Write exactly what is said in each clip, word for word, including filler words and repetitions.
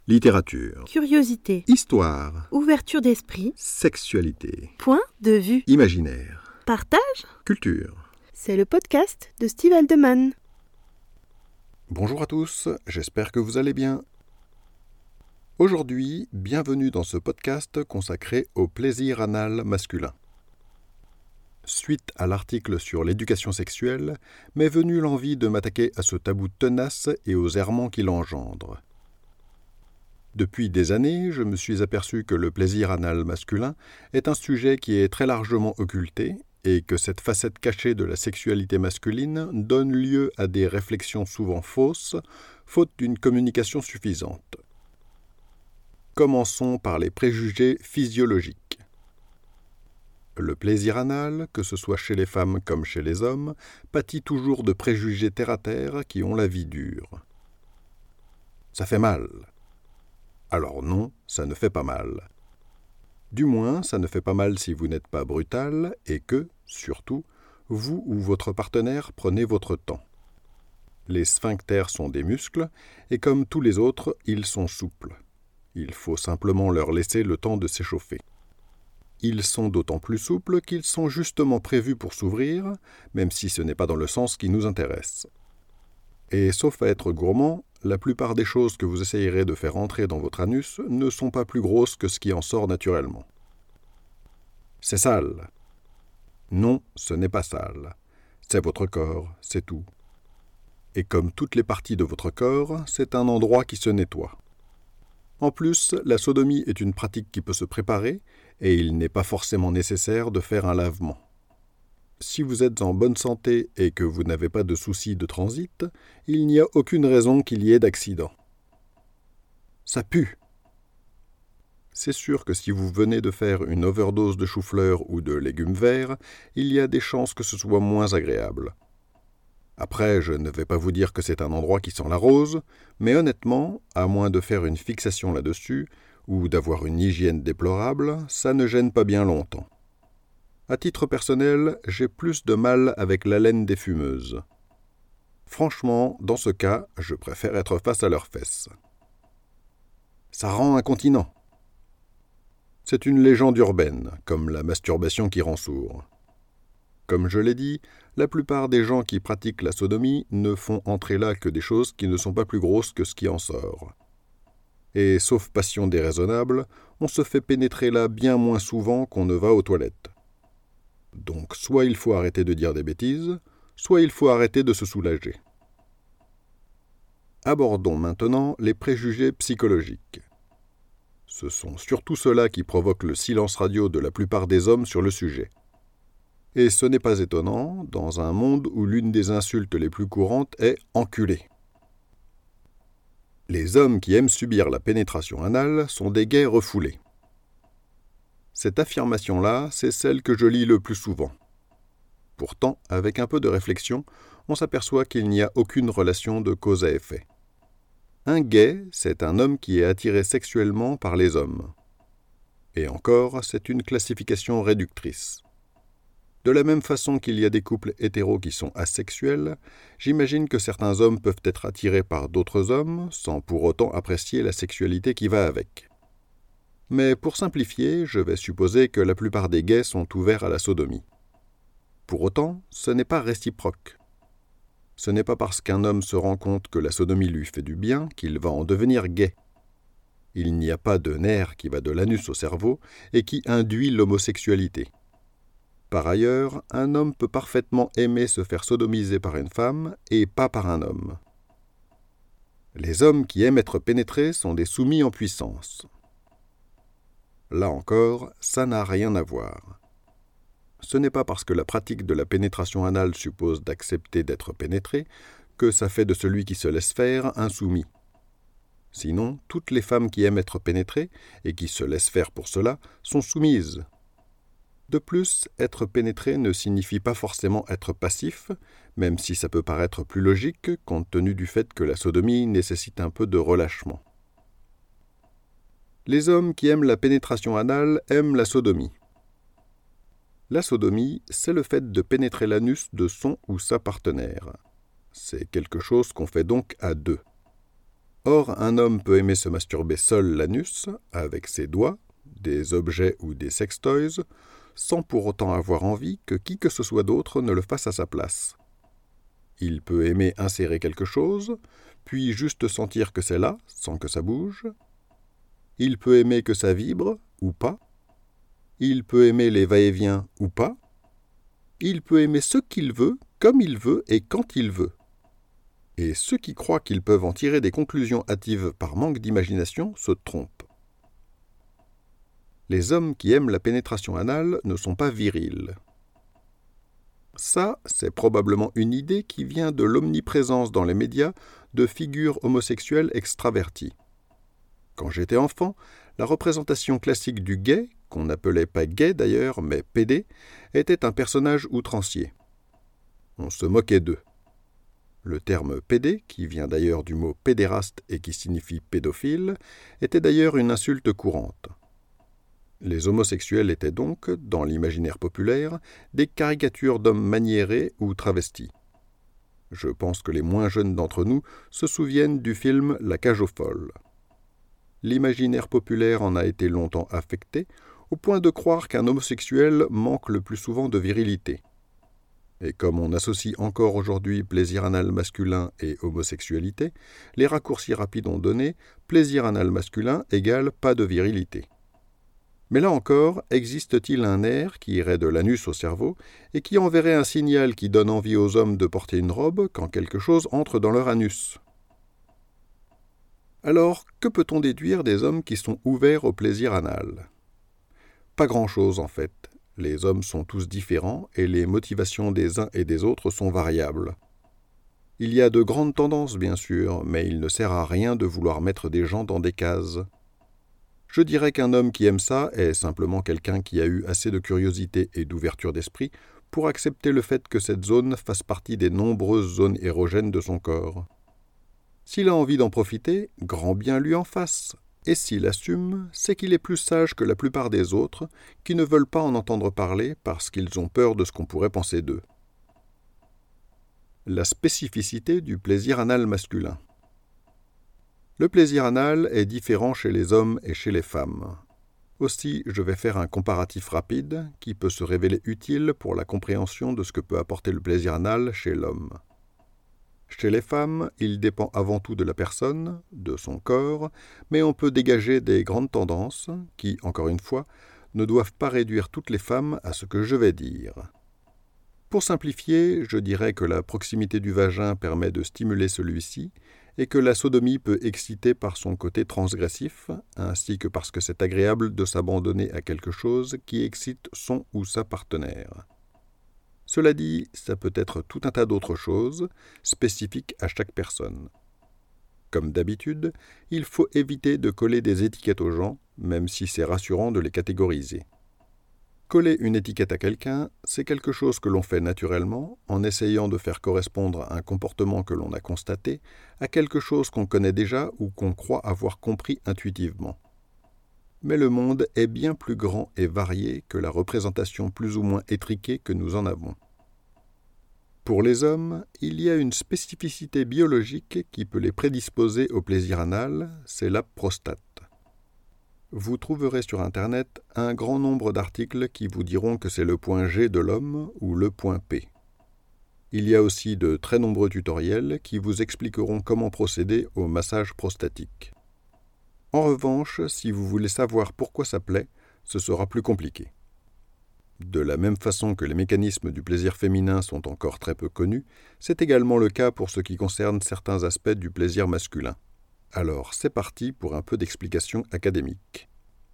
Littérature, Curiosité, histoire, ouverture d'esprit, sexualité, point de vue, imaginaire, partage. culture. C'est le podcast de Steve Aldeman. Bonjour à tous, j'espère que vous allez bien. Aujourd'hui, bienvenue dans ce podcast consacré au plaisir anal masculin. Suite à l'article sur l'éducation sexuelle, m'est venue l'envie de m'attaquer à ce tabou tenace et aux errements qu'il engendre. Depuis des années, je me suis aperçu que le plaisir anal masculin est un sujet qui est très largement occulté et que cette facette cachée de la sexualité masculine donne lieu à des réflexions souvent fausses, faute d'une communication suffisante. Commençons par les préjugés physiologiques. Le plaisir anal, que ce soit chez les femmes comme chez les hommes, pâtit toujours de préjugés terre-à-terre qui ont la vie dure. Ça fait mal. Alors non, ça ne fait pas mal. Du moins, ça ne fait pas mal si vous n'êtes pas brutal et que, surtout, vous ou votre partenaire prenez votre temps. Les sphincters sont des muscles et comme tous les autres, ils sont souples. Il faut simplement leur laisser le temps de s'échauffer. Ils sont d'autant plus souples qu'ils sont justement prévus pour s'ouvrir, même si ce n'est pas dans le sens qui nous intéresse. Et sauf à être gourmand, la plupart des choses que vous essayerez de faire entrer dans votre anus ne sont pas plus grosses que ce qui en sort naturellement. C'est sale. Non, ce n'est pas sale. C'est votre corps, c'est tout. Et comme toutes les parties de votre corps, c'est un endroit qui se nettoie. En plus, la sodomie est une pratique qui peut se préparer et il n'est pas forcément nécessaire de faire un lavement. Si vous êtes en bonne santé et que vous n'avez pas de soucis de transit, il n'y a aucune raison qu'il y ait d'accident. Ça pue. C'est sûr que si vous venez de faire une overdose de chou-fleur ou de légumes verts, il y a des chances que ce soit moins agréable. Après, je ne vais pas vous dire que c'est un endroit qui sent la rose, mais honnêtement, à moins de faire une fixation là-dessus, ou d'avoir une hygiène déplorable, ça ne gêne pas bien longtemps. À titre personnel, j'ai plus de mal avec l'haleine des fumeuses. Franchement, dans ce cas, je préfère être face à leurs fesses. Ça rend incontinent. C'est une légende urbaine, comme la masturbation qui rend sourd. Comme je l'ai dit, la plupart des gens qui pratiquent la sodomie ne font entrer là que des choses qui ne sont pas plus grosses que ce qui en sort. Et sauf passion déraisonnable, on se fait pénétrer là bien moins souvent qu'on ne va aux toilettes. Donc soit il faut arrêter de dire des bêtises, soit il faut arrêter de se soulager. Abordons maintenant les préjugés psychologiques. Ce sont surtout ceux-là qui provoquent le silence radio de la plupart des hommes sur le sujet. Et ce n'est pas étonnant, dans un monde où l'une des insultes les plus courantes est « enculé ». Les hommes qui aiment subir la pénétration anale sont des gays refoulés. Cette affirmation-là, c'est celle que je lis le plus souvent. Pourtant, avec un peu de réflexion, on s'aperçoit qu'il n'y a aucune relation de cause à effet. Un gay, c'est un homme qui est attiré sexuellement par les hommes. Et encore, c'est une classification réductrice. De la même façon qu'il y a des couples hétéros qui sont asexuels, j'imagine que certains hommes peuvent être attirés par d'autres hommes, sans pour autant apprécier la sexualité qui va avec. Mais pour simplifier, je vais supposer que la plupart des gays sont ouverts à la sodomie. Pour autant, ce n'est pas réciproque. Ce n'est pas parce qu'un homme se rend compte que la sodomie lui fait du bien qu'il va en devenir gay. Il n'y a pas de nerf qui va de l'anus au cerveau et qui induit l'homosexualité. Par ailleurs, un homme peut parfaitement aimer se faire sodomiser par une femme et pas par un homme. Les hommes qui aiment être pénétrés sont des soumis en puissance. Là encore, ça n'a rien à voir. Ce n'est pas parce que la pratique de la pénétration anale suppose d'accepter d'être pénétré que ça fait de celui qui se laisse faire un soumis. Sinon, toutes les femmes qui aiment être pénétrées et qui se laissent faire pour cela sont soumises. De plus, être pénétré ne signifie pas forcément être passif, même si ça peut paraître plus logique compte tenu du fait que la sodomie nécessite un peu de relâchement. Les hommes qui aiment la pénétration anale aiment la sodomie. La sodomie, c'est le fait de pénétrer l'anus de son ou sa partenaire. C'est quelque chose qu'on fait donc à deux. Or, un homme peut aimer se masturber seul l'anus, avec ses doigts, des objets ou des sextoys, sans pour autant avoir envie que qui que ce soit d'autre ne le fasse à sa place. Il peut aimer insérer quelque chose, puis juste sentir que c'est là, sans que ça bouge. Il peut aimer que ça vibre, ou pas. Il peut aimer les va-et-vient, ou pas. Il peut aimer ce qu'il veut, comme il veut et quand il veut. Et ceux qui croient qu'ils peuvent en tirer des conclusions hâtives par manque d'imagination se trompent. Les hommes qui aiment la pénétration anale ne sont pas virils. Ça, c'est probablement une idée qui vient de l'omniprésence dans les médias de figures homosexuelles extraverties. Quand j'étais enfant, la représentation classique du gay, qu'on n'appelait pas gay d'ailleurs, mais pédé, était un personnage outrancier. On se moquait d'eux. Le terme pédé, qui vient d'ailleurs du mot pédéraste et qui signifie pédophile, était d'ailleurs une insulte courante. Les homosexuels étaient donc, dans l'imaginaire populaire, des caricatures d'hommes maniérés ou travestis. Je pense que les moins jeunes d'entre nous se souviennent du film La cage aux folles. L'imaginaire populaire en a été longtemps affecté, au point de croire qu'un homosexuel manque le plus souvent de virilité. Et comme on associe encore aujourd'hui plaisir anal masculin et homosexualité, les raccourcis rapides ont donné plaisir anal masculin égale pas de virilité. Mais là encore, existe-t-il un nerf qui irait de l'anus au cerveau et qui enverrait un signal qui donne envie aux hommes de porter une robe quand quelque chose entre dans leur anus ? Alors, que peut-on déduire des hommes qui sont ouverts au plaisir anal ? Pas grand-chose en fait. Les hommes sont tous différents et les motivations des uns et des autres sont variables. Il y a de grandes tendances bien sûr, mais il ne sert à rien de vouloir mettre des gens dans des cases. Je dirais qu'un homme qui aime ça est simplement quelqu'un qui a eu assez de curiosité et d'ouverture d'esprit pour accepter le fait que cette zone fasse partie des nombreuses zones érogènes de son corps. S'il a envie d'en profiter, grand bien lui en fasse. Et s'il assume, c'est qu'il est plus sage que la plupart des autres qui ne veulent pas en entendre parler parce qu'ils ont peur de ce qu'on pourrait penser d'eux. La spécificité du plaisir anal masculin. Le plaisir anal est différent chez les hommes et chez les femmes. Aussi, je vais faire un comparatif rapide qui peut se révéler utile pour la compréhension de ce que peut apporter le plaisir anal chez l'homme. Chez les femmes, il dépend avant tout de la personne, de son corps, mais on peut dégager des grandes tendances qui, encore une fois, ne doivent pas réduire toutes les femmes à ce que je vais dire. Pour simplifier, je dirais que la proximité du vagin permet de stimuler celui-ci et que la sodomie peut exciter par son côté transgressif, ainsi que parce que c'est agréable de s'abandonner à quelque chose qui excite son ou sa partenaire. Cela dit, ça peut être tout un tas d'autres choses, spécifiques à chaque personne. Comme d'habitude, il faut éviter de coller des étiquettes aux gens, même si c'est rassurant de les catégoriser. Coller une étiquette à quelqu'un, c'est quelque chose que l'on fait naturellement, en essayant de faire correspondre un comportement que l'on a constaté à quelque chose qu'on connaît déjà ou qu'on croit avoir compris intuitivement. Mais le monde est bien plus grand et varié que la représentation plus ou moins étriquée que nous en avons. Pour les hommes, il y a une spécificité biologique qui peut les prédisposer au plaisir anal, c'est la prostate. Vous trouverez sur Internet un grand nombre d'articles qui vous diront que c'est le point G de l'homme ou le point P. Il y a aussi de très nombreux tutoriels qui vous expliqueront comment procéder au massage prostatique. En revanche, si vous voulez savoir pourquoi ça plaît, ce sera plus compliqué. De la même façon que les mécanismes du plaisir féminin sont encore très peu connus, c'est également le cas pour ce qui concerne certains aspects du plaisir masculin. Alors, c'est parti pour un peu d'explication académique.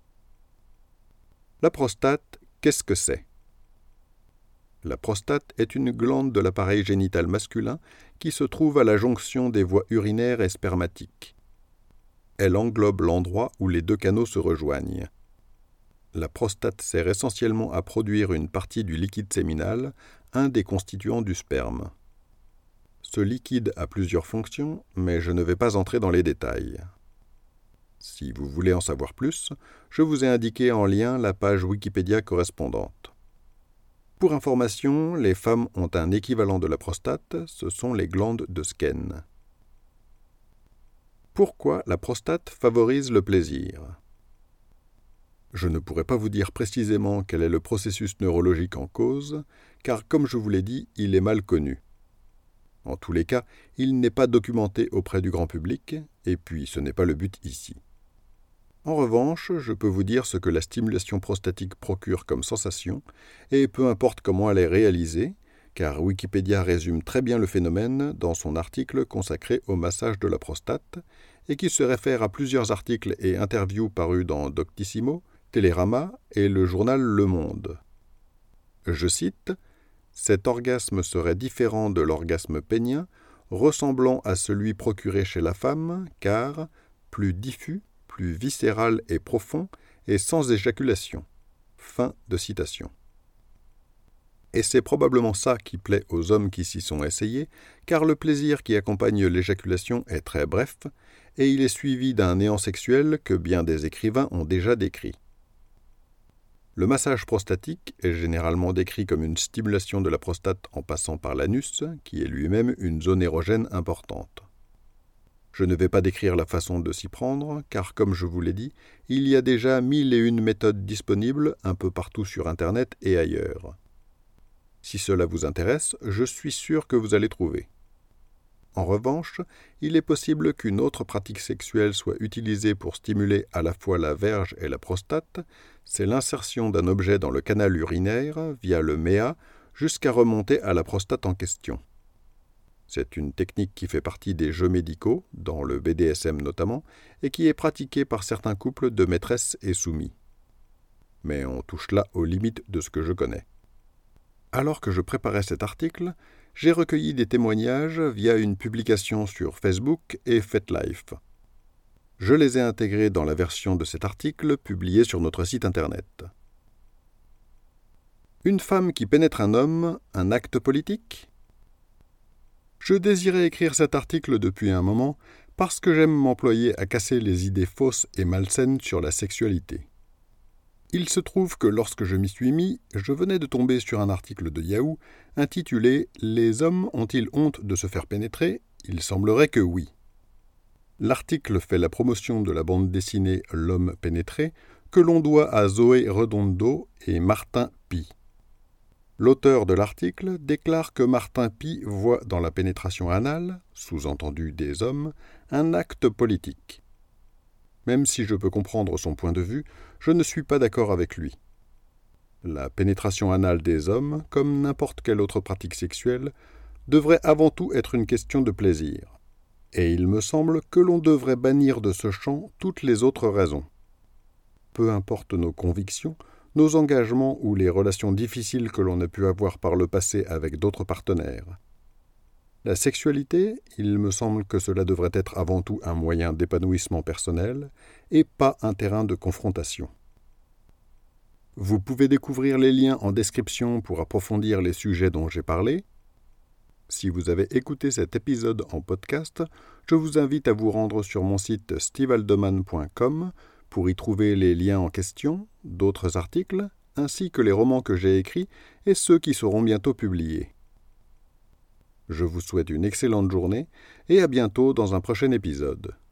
La prostate, qu'est-ce que c'est ? La prostate est une glande de l'appareil génital masculin qui se trouve à la jonction des voies urinaires et spermatiques. Elle englobe l'endroit où les deux canaux se rejoignent. La prostate sert essentiellement à produire une partie du liquide séminal, un des constituants du sperme. Ce liquide a plusieurs fonctions, mais je ne vais pas entrer dans les détails. Si vous voulez en savoir plus, je vous ai indiqué en lien la page Wikipédia correspondante. Pour information, les femmes ont un équivalent de la prostate, ce sont les glandes de Skene. Pourquoi la prostate favorise le plaisir ? Je ne pourrais pas vous dire précisément quel est le processus neurologique en cause, car comme je vous l'ai dit, il est mal connu. En tous les cas, il n'est pas documenté auprès du grand public, et puis ce n'est pas le but ici. En revanche, je peux vous dire ce que la stimulation prostatique procure comme sensation, et peu importe comment elle est réalisée, car Wikipédia résume très bien le phénomène dans son article consacré au massage de la prostate, et qui se réfère à plusieurs articles et interviews parus dans Doctissimo, Télérama et le journal Le Monde. Je cite « Cet orgasme serait différent de l'orgasme pénien, ressemblant à celui procuré chez la femme, car plus diffus, plus viscéral et profond, et sans éjaculation. » Fin de citation. Et c'est probablement ça qui plaît aux hommes qui s'y sont essayés, car le plaisir qui accompagne l'éjaculation est très bref, et il est suivi d'un néant sexuel que bien des écrivains ont déjà décrit. Le massage prostatique est généralement décrit comme une stimulation de la prostate en passant par l'anus, qui est lui-même une zone érogène importante. Je ne vais pas décrire la façon de s'y prendre, car comme je vous l'ai dit, il y a déjà mille et une méthodes disponibles un peu partout sur Internet et ailleurs. Si cela vous intéresse, je suis sûr que vous allez trouver. En revanche, il est possible qu'une autre pratique sexuelle soit utilisée pour stimuler à la fois la verge et la prostate, c'est l'insertion d'un objet dans le canal urinaire via le méa jusqu'à remonter à la prostate en question. C'est une technique qui fait partie des jeux médicaux, dans le B D S M notamment, et qui est pratiquée par certains couples de maîtresses et soumis. Mais on touche là aux limites de ce que je connais. Alors que je préparais cet article, j'ai recueilli des témoignages via une publication sur Facebook et FetLife. Je les ai intégrés dans la version de cet article publié sur notre site internet. Une femme qui pénètre un homme, un acte politique ? Je désirais écrire cet article depuis un moment parce que j'aime m'employer à casser les idées fausses et malsaines sur la sexualité. Il se trouve que lorsque je m'y suis mis, je venais de tomber sur un article de Yahoo intitulé « Les hommes ont-ils honte de se faire pénétrer ? Il semblerait que oui ». L'article fait la promotion de la bande dessinée « L'homme pénétré » que l'on doit à Zoé Redondo et Martin Pi. L'auteur de l'article déclare que Martin Pi voit dans la pénétration anale, sous-entendu des hommes, un acte politique. Même si je peux comprendre son point de vue, je ne suis pas d'accord avec lui. La pénétration anale des hommes, comme n'importe quelle autre pratique sexuelle, devrait avant tout être une question de plaisir. Et il me semble que l'on devrait bannir de ce champ toutes les autres raisons. Peu importe nos convictions, nos engagements ou les relations difficiles que l'on a pu avoir par le passé avec d'autres partenaires. La sexualité, il me semble que cela devrait être avant tout un moyen d'épanouissement personnel et pas un terrain de confrontation. Vous pouvez découvrir les liens en description pour approfondir les sujets dont j'ai parlé. Si vous avez écouté cet épisode en podcast, je vous invite à vous rendre sur mon site steve aldeman point com pour y trouver les liens en question, d'autres articles, ainsi que les romans que j'ai écrits et ceux qui seront bientôt publiés. Je vous souhaite une excellente journée et à bientôt dans un prochain épisode.